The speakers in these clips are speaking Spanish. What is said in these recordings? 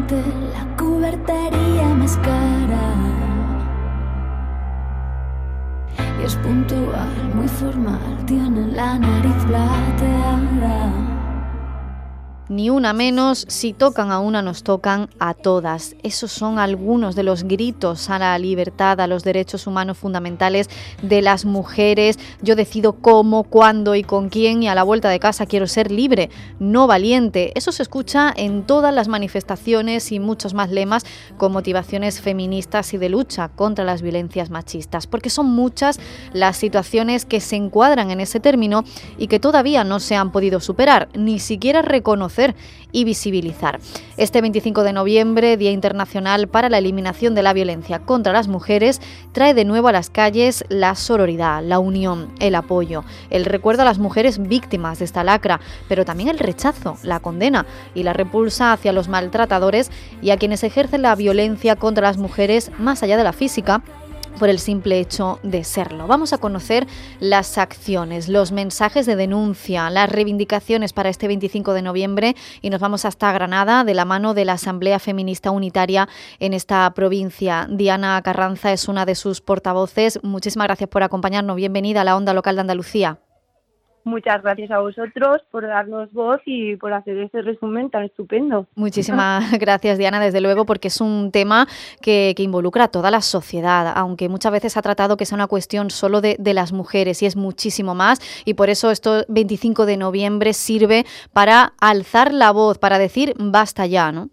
té la cubertería más cara. Y es puntual, muy formal, tiene la nariz plateada. Ni una menos, si tocan a una nos tocan a todas. Esos son algunos de los gritos a la libertad, a los derechos humanos fundamentales de las mujeres. Yo decido cómo, cuándo y con quién, y a la vuelta de casa quiero ser libre, no valiente. Eso se escucha en todas las manifestaciones y muchos más lemas con motivaciones feministas y de lucha contra las violencias machistas, porque son muchas las situaciones que se encuadran en ese término y que todavía no se han podido superar, ni siquiera reconocer y visibilizar. Este 25 de noviembre, Día Internacional para la Eliminación de la Violencia contra las Mujeres, trae de nuevo a las calles la sororidad, la unión, el apoyo, el recuerdo a las mujeres víctimas de esta lacra, pero también el rechazo, la condena y la repulsa hacia los maltratadores y a quienes ejercen la violencia contra las mujeres más allá de la física, por el simple hecho de serlo. Vamos a conocer las acciones, los mensajes de denuncia, las reivindicaciones para este 25 de noviembre y nos vamos hasta Granada de la mano de la Asamblea Feminista Unitaria en esta provincia. Diana Carranza es una de sus portavoces. Muchísimas gracias por acompañarnos. Bienvenida a la Onda Local de Andalucía. Muchas gracias a vosotros por darnos voz y por hacer este resumen tan estupendo. Muchísimas gracias, Diana, desde luego, porque es un tema que involucra a toda la sociedad, aunque muchas veces se ha tratado que sea una cuestión solo de las mujeres y es muchísimo más, y por eso esto 25 de noviembre sirve para alzar la voz, para decir basta ya, ¿no?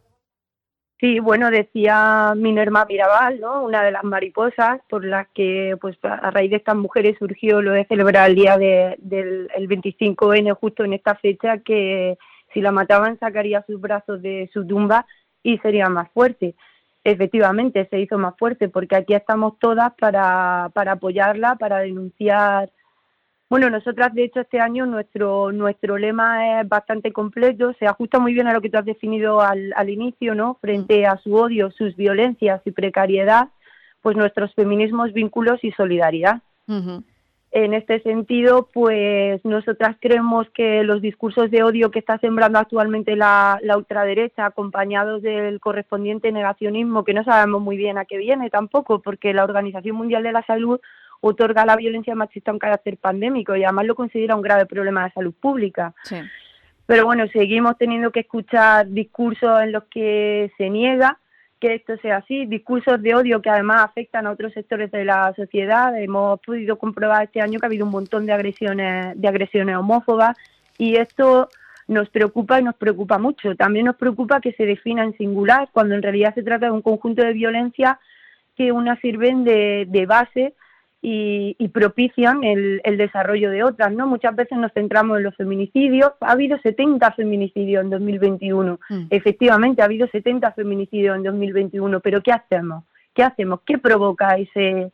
Sí, bueno, decía Minerva Mirabal, ¿no? Una de las mariposas por las que, pues, a raíz de estas mujeres surgió lo de celebrar el día del 25N, justo en esta fecha, que si la mataban sacaría sus brazos de su tumba y sería más fuerte. Efectivamente, se hizo más fuerte porque aquí estamos todas para apoyarla, para denunciar. Bueno, nosotras, de hecho, este año nuestro lema es bastante completo, se ajusta muy bien a lo que tú has definido al inicio, ¿no? Frente a su odio, sus violencias y precariedad, pues nuestros feminismos, vínculos y solidaridad. Uh-huh. En este sentido, pues nosotras creemos que los discursos de odio que está sembrando actualmente la ultraderecha, acompañados del correspondiente negacionismo, que no sabemos muy bien a qué viene tampoco, porque la Organización Mundial de la Salud otorga a la violencia machista un carácter pandémico y además lo considera un grave problema de salud pública. Sí. Pero bueno, seguimos teniendo que escuchar discursos en los que se niega que esto sea así, discursos de odio que además afectan a otros sectores de la sociedad. Hemos podido comprobar este año que ha habido un montón de agresiones homófobas y esto nos preocupa y nos preocupa mucho. También nos preocupa que se defina en singular cuando en realidad se trata de un conjunto de violencias que unas sirven de base y propician el desarrollo de otras, ¿no? Muchas veces nos centramos en los feminicidios. Ha habido 70 feminicidios en 2021. Efectivamente, ha habido 70 feminicidios en 2021, pero ¿qué hacemos? ¿Qué hacemos? ¿Qué provoca ese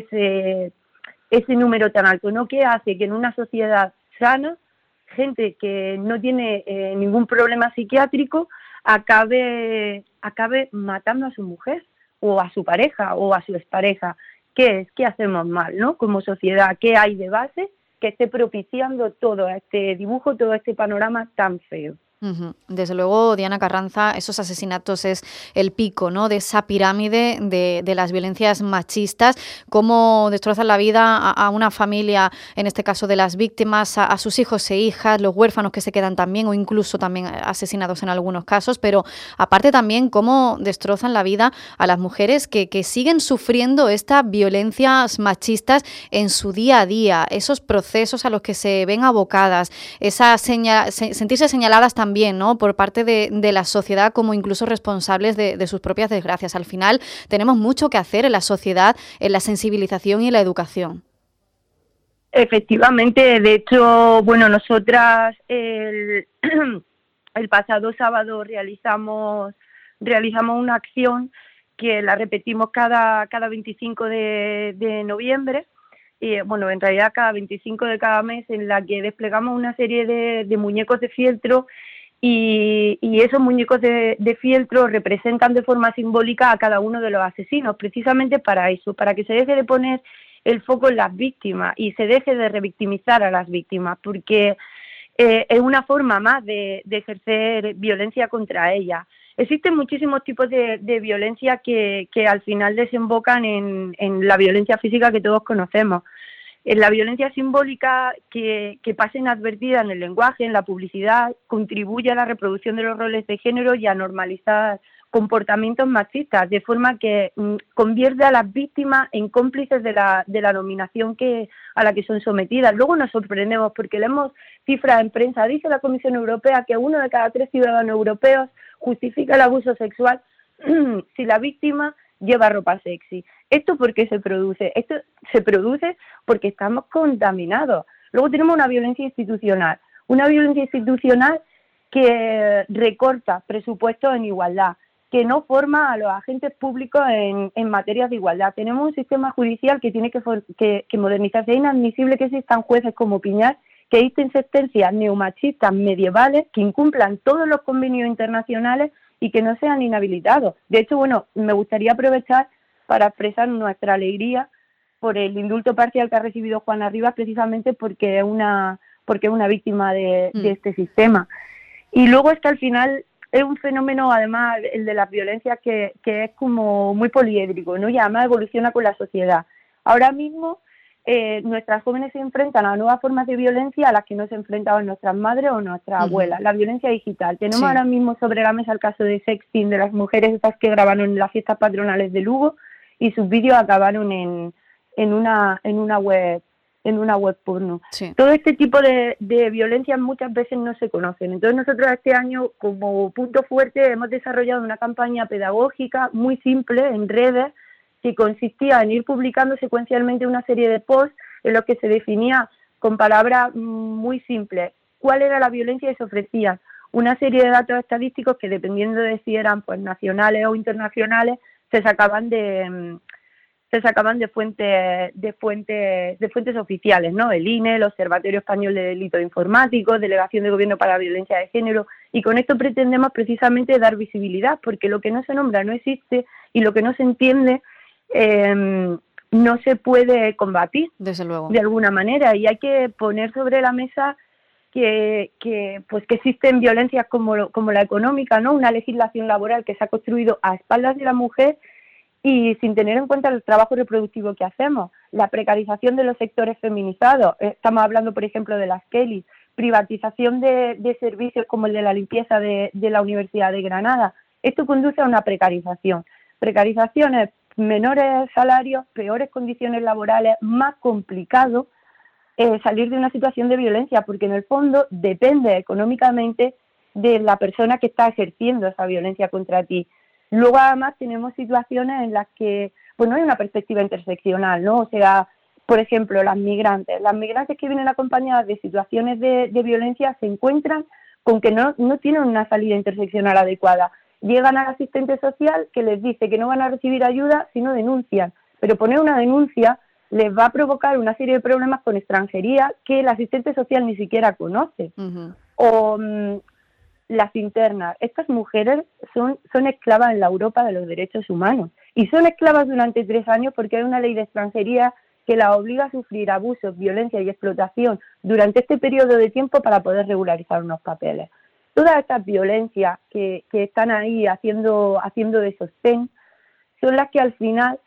número tan alto, ¿no? ¿Qué hace que en una sociedad sana, gente que no tiene ningún problema psiquiátrico, acabe matando a su mujer o a su pareja o a su expareja? ¿Qué hacemos mal, ¿no? Como sociedad, ¿qué hay de base que esté propiciando todo este dibujo, todo este panorama tan feo? Uh-huh. Desde luego, Diana Carranza, esos asesinatos es el pico, ¿no?, de esa pirámide de las violencias machistas, cómo destrozan la vida a una familia, en este caso de las víctimas, a sus hijos e hijas, los huérfanos que se quedan también o incluso también asesinados en algunos casos, pero aparte también cómo destrozan la vida a las mujeres que siguen sufriendo estas violencias machistas en su día a día, esos procesos a los que se ven abocadas, sentirse señaladas también, ¿no?, por parte de la sociedad como incluso responsables de sus propias desgracias. Al final tenemos mucho que hacer en la sociedad, en la sensibilización y la educación. Efectivamente, de hecho, bueno, nosotras el pasado sábado realizamos una acción que la repetimos cada 25 de noviembre. Bueno, en realidad cada 25 de cada mes, en la que desplegamos una serie de muñecos de fieltro y esos muñecos de fieltro representan de forma simbólica a cada uno de los asesinos, precisamente para eso, para que se deje de poner el foco en las víctimas y se deje de revictimizar a las víctimas, porque es una forma más de ejercer violencia contra ellas. Existen muchísimos tipos de violencia que al final desembocan en la violencia física que todos conocemos. En la violencia simbólica que pasa inadvertida en el lenguaje, en la publicidad, contribuye a la reproducción de los roles de género y a normalizar comportamientos machistas, de forma que convierte a las víctimas en cómplices de la dominación a la que son sometidas. Luego nos sorprendemos porque leemos cifras en prensa. Dice la Comisión Europea que 1 de cada 3 ciudadanos europeos justifica el abuso sexual si la víctima lleva ropa sexy. ¿Esto por qué se produce? Esto se produce porque estamos contaminados. Luego tenemos una violencia institucional que recorta presupuestos en igualdad, que no forma a los agentes públicos en materias de igualdad. Tenemos un sistema judicial que tiene que modernizarse. Es inadmisible que existan jueces como Piñar que dicten sentencias neomachistas medievales que incumplan todos los convenios internacionales y que no sean inhabilitados. De hecho, bueno, me gustaría aprovechar para expresar nuestra alegría por el indulto parcial que ha recibido Juana Rivas, precisamente porque es una víctima de este sistema. Y luego es que al final es un fenómeno, además, el de las violencias, que es como muy poliédrico, ¿no? Y además evoluciona con la sociedad. Ahora mismo nuestras jóvenes se enfrentan a nuevas formas de violencia a las que no se enfrentaban nuestras madres o nuestras abuelas. La violencia digital. Tenemos ahora mismo sobre la mesa el caso de sexting de las mujeres estas que grabaron en las fiestas patronales de Lugo y sus vídeos acabaron en una web porno. Sí. Todo este tipo de violencias muchas veces no se conocen. Entonces nosotros este año, como punto fuerte, hemos desarrollado una campaña pedagógica muy simple en redes que consistía en ir publicando secuencialmente una serie de posts en los que se definía con palabras muy simples cuál era la violencia y se ofrecían una serie de datos estadísticos que, dependiendo de si eran pues nacionales o internacionales, se sacaban de fuentes oficiales, ¿no? El INE, el Observatorio Español de Delitos Informáticos, Delegación de Gobierno para la Violencia de Género, y con esto pretendemos precisamente dar visibilidad, porque lo que no se nombra no existe y lo que no se entiende no se puede combatir, desde luego, de alguna manera, y hay que poner sobre la mesa que existen violencias como la económica, ¿no? Una legislación laboral que se ha construido a espaldas de la mujer y sin tener en cuenta el trabajo reproductivo que hacemos, la precarización de los sectores feminizados. Estamos hablando, por ejemplo, de las Kellys, privatización de servicios como el de la limpieza de la Universidad de Granada. Esto conduce a una precarización. Precarizaciones, menores salarios, peores condiciones laborales, más complicado salir de una situación de violencia, porque en el fondo depende económicamente de la persona que está ejerciendo esa violencia contra ti. Luego además tenemos situaciones en las que pues no hay una perspectiva interseccional, ¿no? O sea, por ejemplo, las migrantes que vienen acompañadas de situaciones de violencia se encuentran con que no tienen una salida interseccional adecuada. Llegan al asistente social que les dice que no van a recibir ayuda si no denuncian, pero poner una denuncia les va a provocar una serie de problemas con extranjería que el asistente social ni siquiera conoce. Uh-huh. O las internas. Estas mujeres son esclavas en la Europa de los derechos humanos y son esclavas durante 3 años porque hay una ley de extranjería que las obliga a sufrir abusos, violencia y explotación durante este periodo de tiempo para poder regularizar unos papeles. Todas estas violencias que están ahí haciendo de sostén son las que al final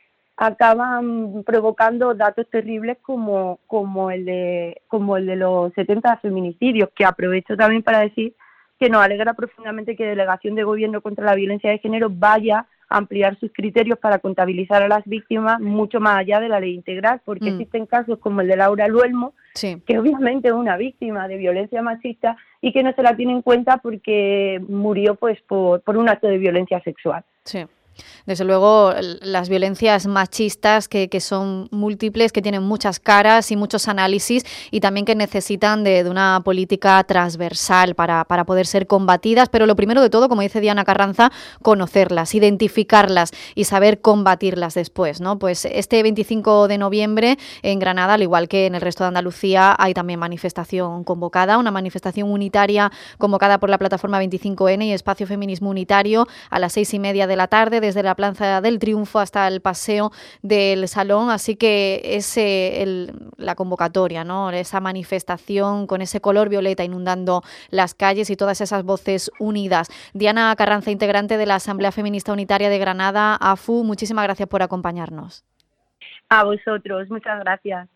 acaban provocando datos terribles como el de los 70 feminicidios, que aprovecho también para decir que nos alegra profundamente que Delegación de Gobierno contra la Violencia de Género vaya a ampliar sus criterios para contabilizar a las víctimas mucho más allá de la ley integral, porque existen casos como el de Laura Luelmo, sí, que obviamente es una víctima de violencia machista y que no se la tiene en cuenta porque murió pues por un acto de violencia sexual. Sí. Desde luego, las violencias machistas que son múltiples, que tienen muchas caras y muchos análisis y también que necesitan de una política transversal para poder ser combatidas, pero lo primero de todo, como dice Diana Carranza, conocerlas, identificarlas y saber combatirlas después, ¿no? Pues este 25 de noviembre en Granada, al igual que en el resto de Andalucía, hay también manifestación convocada, una manifestación unitaria convocada por la plataforma 25N y Espacio Feminismo Unitario a las 6:30 de la tarde desde la Plaza del Triunfo hasta el Paseo del Salón, así que es la convocatoria, ¿no? Esa manifestación con ese color violeta inundando las calles y todas esas voces unidas. Diana Carranza, integrante de la Asamblea Feminista Unitaria de Granada, AFU, muchísimas gracias por acompañarnos. A vosotros, muchas gracias.